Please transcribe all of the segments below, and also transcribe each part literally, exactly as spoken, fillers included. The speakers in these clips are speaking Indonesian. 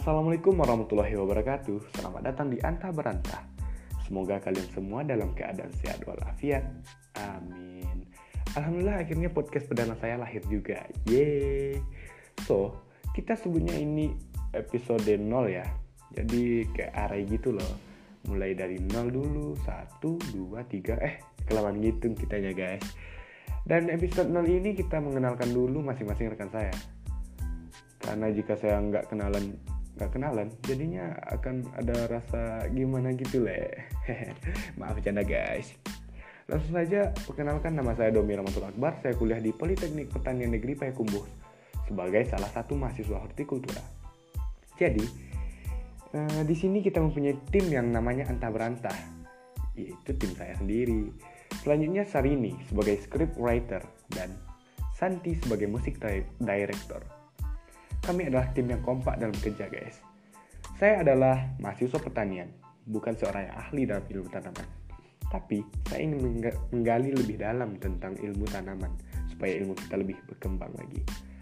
Assalamualaikum warahmatullahi wabarakatuh. Selamat datang di Antah Berantah. Semoga kalian semua dalam keadaan sehat walafiat. Amin. Alhamdulillah akhirnya podcast perdana saya lahir juga. Yeay. So, kita sebutnya ini episode nol ya. Jadi kayak array gitu loh. Mulai dari nol dulu, satu, dua, tiga. Eh, kelamaan ngitung kitanya guys. Dan episode nol ini kita mengenalkan dulu masing-masing rekan saya. Karena jika saya nggak kenalan nggak kenalan jadinya akan ada rasa gimana gitu leh. Maaf bercanda guys. Langsung saja perkenalkan, nama saya Domi Ramatul Akbar. Saya kuliah di Politeknik Pertanian Negeri Payakumbuh sebagai salah satu mahasiswa hortikultura. Jadi eh, di sini kita mempunyai tim yang namanya Antah Berantah, yaitu tim saya sendiri. Selanjutnya Sarini sebagai script writer dan Santi sebagai musik director. Kami adalah tim yang kompak dalam kerja guys. Saya adalah mahasiswa pertanian, bukan seorang yang ahli dalam ilmu tanaman. Tapi saya ingin menggali lebih dalam tentang ilmu tanaman supaya ilmu kita lebih berkembang lagi.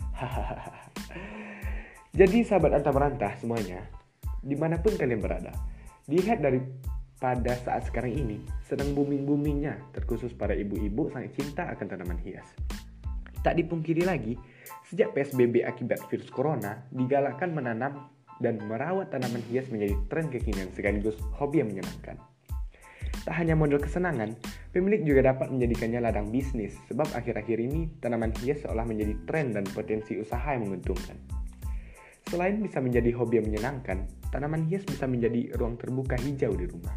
Jadi sahabat Antah Berantah semuanya, dimanapun kalian berada, dilihat daripada saat sekarang ini sedang booming-boomingnya, terkhusus para ibu-ibu sangat cinta akan tanaman hias. Tak dipungkiri lagi, sejak P S B B akibat virus corona, digalakkan menanam dan merawat tanaman hias menjadi tren kekinian sekaligus hobi yang menyenangkan. Tak hanya modal kesenangan, pemilik juga dapat menjadikannya ladang bisnis, sebab akhir-akhir ini tanaman hias seolah menjadi tren dan potensi usaha yang menguntungkan. Selain bisa menjadi hobi yang menyenangkan, tanaman hias bisa menjadi ruang terbuka hijau di rumah.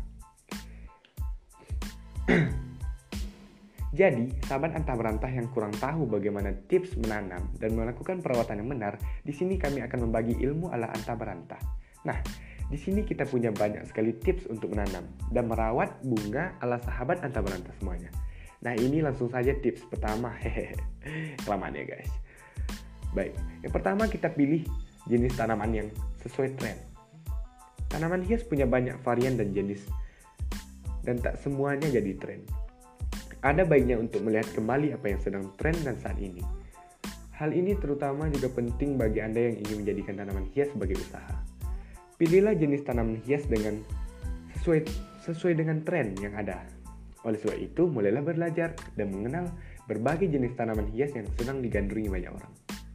Jadi, sahabat Antah Berantah yang kurang tahu bagaimana tips menanam dan melakukan perawatan yang benar, di sini kami akan membagi ilmu ala Antah Berantah. Nah, di sini kita punya banyak sekali tips untuk menanam dan merawat bunga ala sahabat Antah Berantah semuanya. Nah, ini langsung saja tips pertama. Hehehe. Kelamaan ya guys. Baik, yang pertama kita pilih jenis tanaman yang sesuai tren. Tanaman hias punya banyak varian dan jenis, dan tak semuanya jadi tren. Ada baiknya untuk melihat kembali apa yang sedang tren dan saat ini. Hal ini terutama juga penting bagi Anda yang ingin menjadikan tanaman hias sebagai usaha. Pilihlah jenis tanaman hias dengan sesuai sesuai dengan tren yang ada. Oleh sebab itu, mulailah belajar dan mengenal berbagai jenis tanaman hias yang sedang digandrungi banyak orang.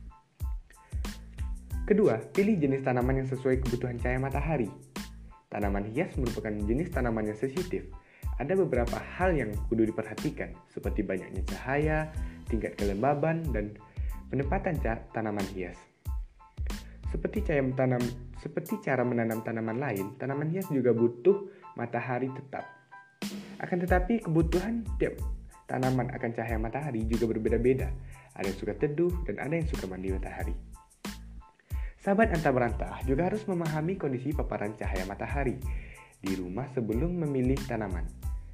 Kedua, pilih jenis tanaman yang sesuai kebutuhan cahaya matahari. Tanaman hias merupakan jenis tanaman yang sensitif. Ada beberapa hal yang kudu diperhatikan, seperti banyaknya cahaya, tingkat kelembaban, dan penempatan tanaman hias. Seperti cara menanam, seperti cara menanam tanaman lain, tanaman hias juga butuh matahari tetap. Akan tetapi kebutuhan tiap tanaman akan cahaya matahari juga berbeda-beda. Ada yang suka teduh dan ada yang suka mandi matahari. Sahabat Antah Berantah juga harus memahami kondisi paparan cahaya matahari di rumah sebelum memilih tanaman.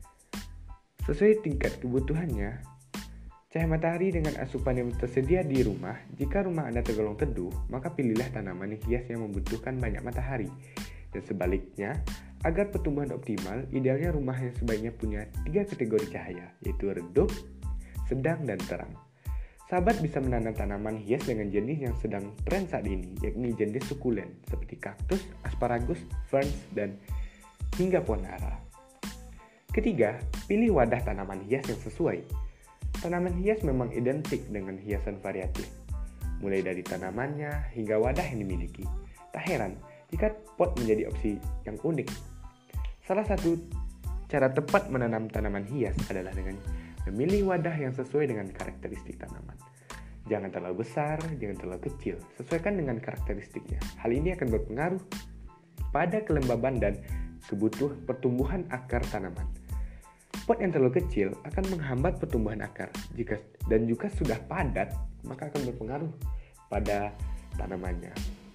Sesuai tingkat kebutuhannya, cahaya matahari dengan asupan yang tersedia di rumah. Jika rumah Anda tergolong teduh, maka pilihlah tanaman hias yang membutuhkan banyak matahari. Dan sebaliknya, agar pertumbuhan optimal, idealnya rumah yang sebaiknya punya tiga kategori cahaya, yaitu redup, sedang, dan terang. Sahabat bisa menanam tanaman hias dengan jenis yang sedang tren saat ini, yakni jenis sukulen, seperti kaktus, asparagus, ferns, dan hingga pohon ara. Ketiga, pilih wadah tanaman hias yang sesuai. Tanaman hias memang identik dengan hiasan variatif, mulai dari tanamannya hingga wadah yang dimiliki. Tak heran jika pot menjadi opsi yang unik. Salah satu cara tepat menanam tanaman hias adalah dengan memilih wadah yang sesuai dengan karakteristik tanaman. Jangan terlalu besar, jangan terlalu kecil, sesuaikan dengan karakteristiknya. Hal ini akan berpengaruh pada kelembaban dan kebutuhan pertumbuhan akar tanaman. Pot yang terlalu kecil akan menghambat pertumbuhan akar. Jika dan juga sudah padat, maka akan berpengaruh pada tanamannya.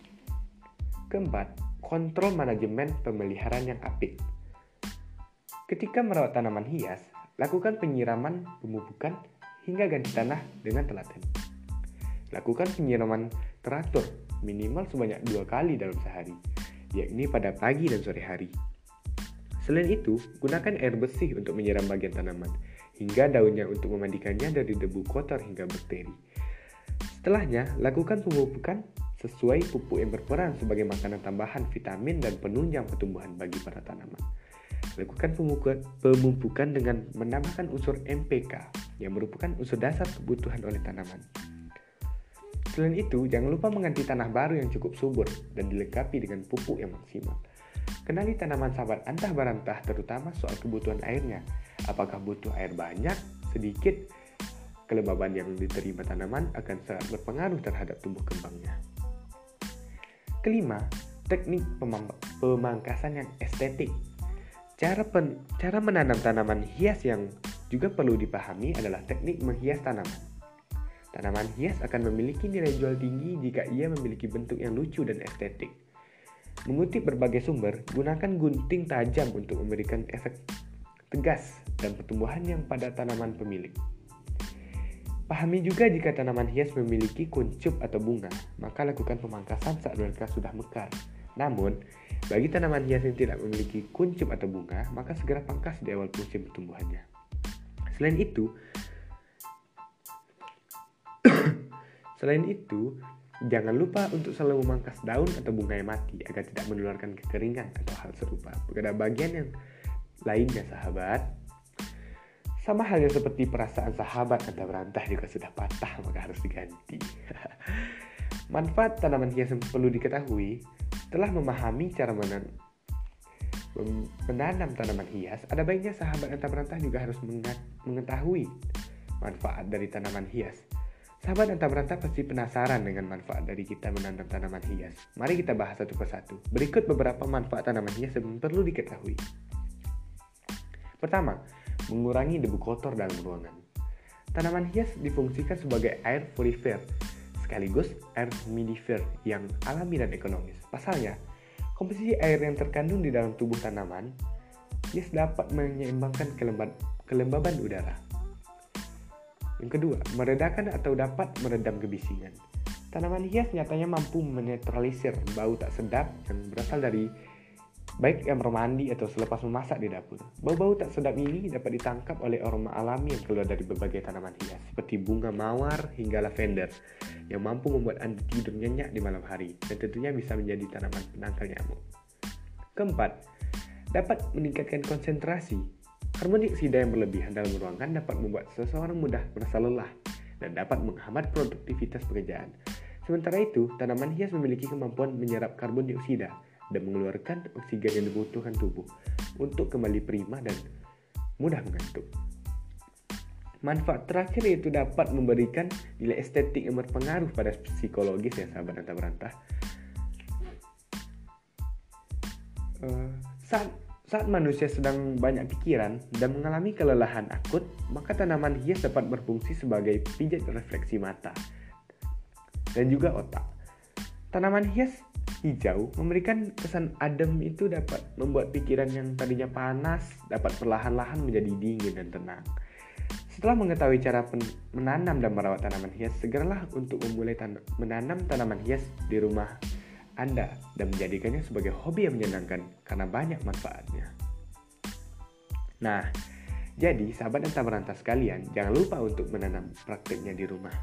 Keempat, kontrol manajemen pemeliharaan yang apik. Ketika merawat tanaman hias, lakukan penyiraman, pemupukan, hingga ganti tanah dengan telaten. Lakukan penyiraman teratur minimal sebanyak dua kali dalam sehari, yakni pada pagi dan sore hari. Selain itu, gunakan air bersih untuk menyiram bagian tanaman, hingga daunnya untuk memandikannya dari debu kotor hingga bakteri. Setelahnya, lakukan pemupukan sesuai pupuk yang berperan sebagai makanan tambahan vitamin dan penunjang pertumbuhan bagi para tanaman. Lakukan pemupukan dengan menambahkan unsur N P K yang merupakan unsur dasar kebutuhan oleh tanaman. Selain itu, jangan lupa mengganti tanah baru yang cukup subur dan dilengkapi dengan pupuk yang maksimal. Kenali tanaman sahabat antah berantah terutama soal kebutuhan airnya. Apakah butuh air banyak, sedikit? Kelembaban yang diterima tanaman akan sangat berpengaruh terhadap tumbuh kembangnya. Kelima, teknik pemam- pemangkasan yang estetik. Cara, pen- cara menanam tanaman hias yang juga perlu dipahami adalah teknik menghias tanaman. Tanaman hias akan memiliki nilai jual tinggi jika ia memiliki bentuk yang lucu dan estetik. Mengutip berbagai sumber, gunakan gunting tajam untuk memberikan efek tegas dan pertumbuhan yang pada tanaman pemilik. Pahami juga jika tanaman hias memiliki kuncup atau bunga, maka lakukan pemangkasan saat mereka sudah mekar. Namun, bagi tanaman hias yang tidak memiliki kuncup atau bunga, maka segera pangkas di awal musim pertumbuhannya. Selain itu, Selain itu, jangan lupa untuk selalu memangkas daun atau bunga yang mati agar tidak menularkan kekeringan atau hal serupa pada bagian yang lainnya, sahabat. Sama halnya seperti perasaan sahabat antah berantah juga sudah patah, maka harus diganti. Manfaat tanaman hias yang perlu diketahui. Setelah memahami cara menanam, menanam tanaman hias, ada baiknya sahabat antah berantah juga harus mengetahui manfaat dari tanaman hias. Sahabat antah berantah pasti penasaran dengan manfaat dari kita menanam tanaman hias. Mari kita bahas satu persatu. Berikut beberapa manfaat tanaman hias yang perlu diketahui. Pertama, mengurangi debu kotor dalam ruangan. Tanaman hias difungsikan sebagai air folifer, sekaligus air humidifier yang alami dan ekonomis. Pasalnya, komposisi air yang terkandung di dalam tubuh tanaman hias dapat menyeimbangkan kelembab, kelembaban udara. Yang kedua, meredakan atau dapat meredam kebisingan. Tanaman hias nyatanya mampu menetralisir bau tak sedap yang berasal dari baik kamar mandi atau selepas memasak di dapur. Bau-bau tak sedap ini dapat ditangkap oleh aroma alami yang keluar dari berbagai tanaman hias seperti bunga mawar hingga lavender yang mampu membuat Anda tidur nyenyak di malam hari dan tentunya bisa menjadi tanaman penangkal nyamuk. Keempat, dapat meningkatkan konsentrasi. Karbon dioksida yang berlebihan dalam ruangan dapat membuat seseorang mudah merasa lelah dan dapat menghambat produktivitas pekerjaan. Sementara itu, tanaman hias memiliki kemampuan menyerap karbon dioksida dan mengeluarkan oksigen yang dibutuhkan tubuh untuk kembali prima dan mudah mengantuk. Manfaat terakhir yaitu dapat memberikan nilai estetik yang berpengaruh pada psikologis ya sahabat antah berantah. Uh, saat Saat manusia sedang banyak pikiran dan mengalami kelelahan akut, maka tanaman hias dapat berfungsi sebagai pijat refleksi mata dan juga otak. Tanaman hias hijau memberikan kesan adem itu dapat membuat pikiran yang tadinya panas dapat perlahan-lahan menjadi dingin dan tenang. Setelah mengetahui cara pen- menanam dan merawat tanaman hias, segeralah untuk memulai tan- menanam tanaman hias di rumah Anda dan menjadikannya sebagai hobi yang menyenangkan karena banyak manfaatnya. Nah, jadi sahabat antah berantah sekalian, jangan lupa untuk menanam praktiknya di rumah.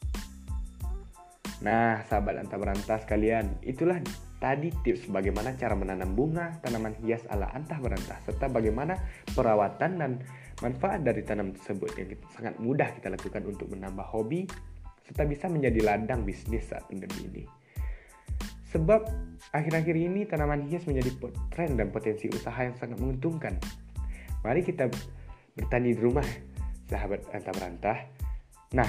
Nah, sahabat antah berantah sekalian, itulah tadi tips bagaimana cara menanam bunga tanaman hias ala antah berantah serta bagaimana perawatan dan manfaat dari tanaman tersebut yang sangat mudah kita lakukan untuk menambah hobi serta bisa menjadi ladang bisnis saat pandemi ini. Sebab akhir-akhir ini tanaman hias menjadi tren dan potensi usaha yang sangat menguntungkan. Mari kita bertani di rumah, sahabat antah berantah. Nah,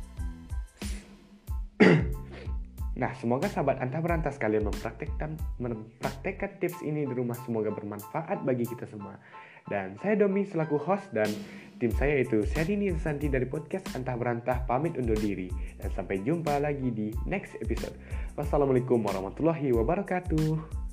nah semoga sahabat antah berantah sekalian mempraktekkan, mempraktekkan tips ini di rumah. Semoga bermanfaat bagi kita semua. Dan saya Domi selaku host dan tim saya itu Syadini Santi dari podcast Antah Berantah pamit undur diri. Dan sampai jumpa lagi di next episode. Wassalamualaikum warahmatullahi wabarakatuh.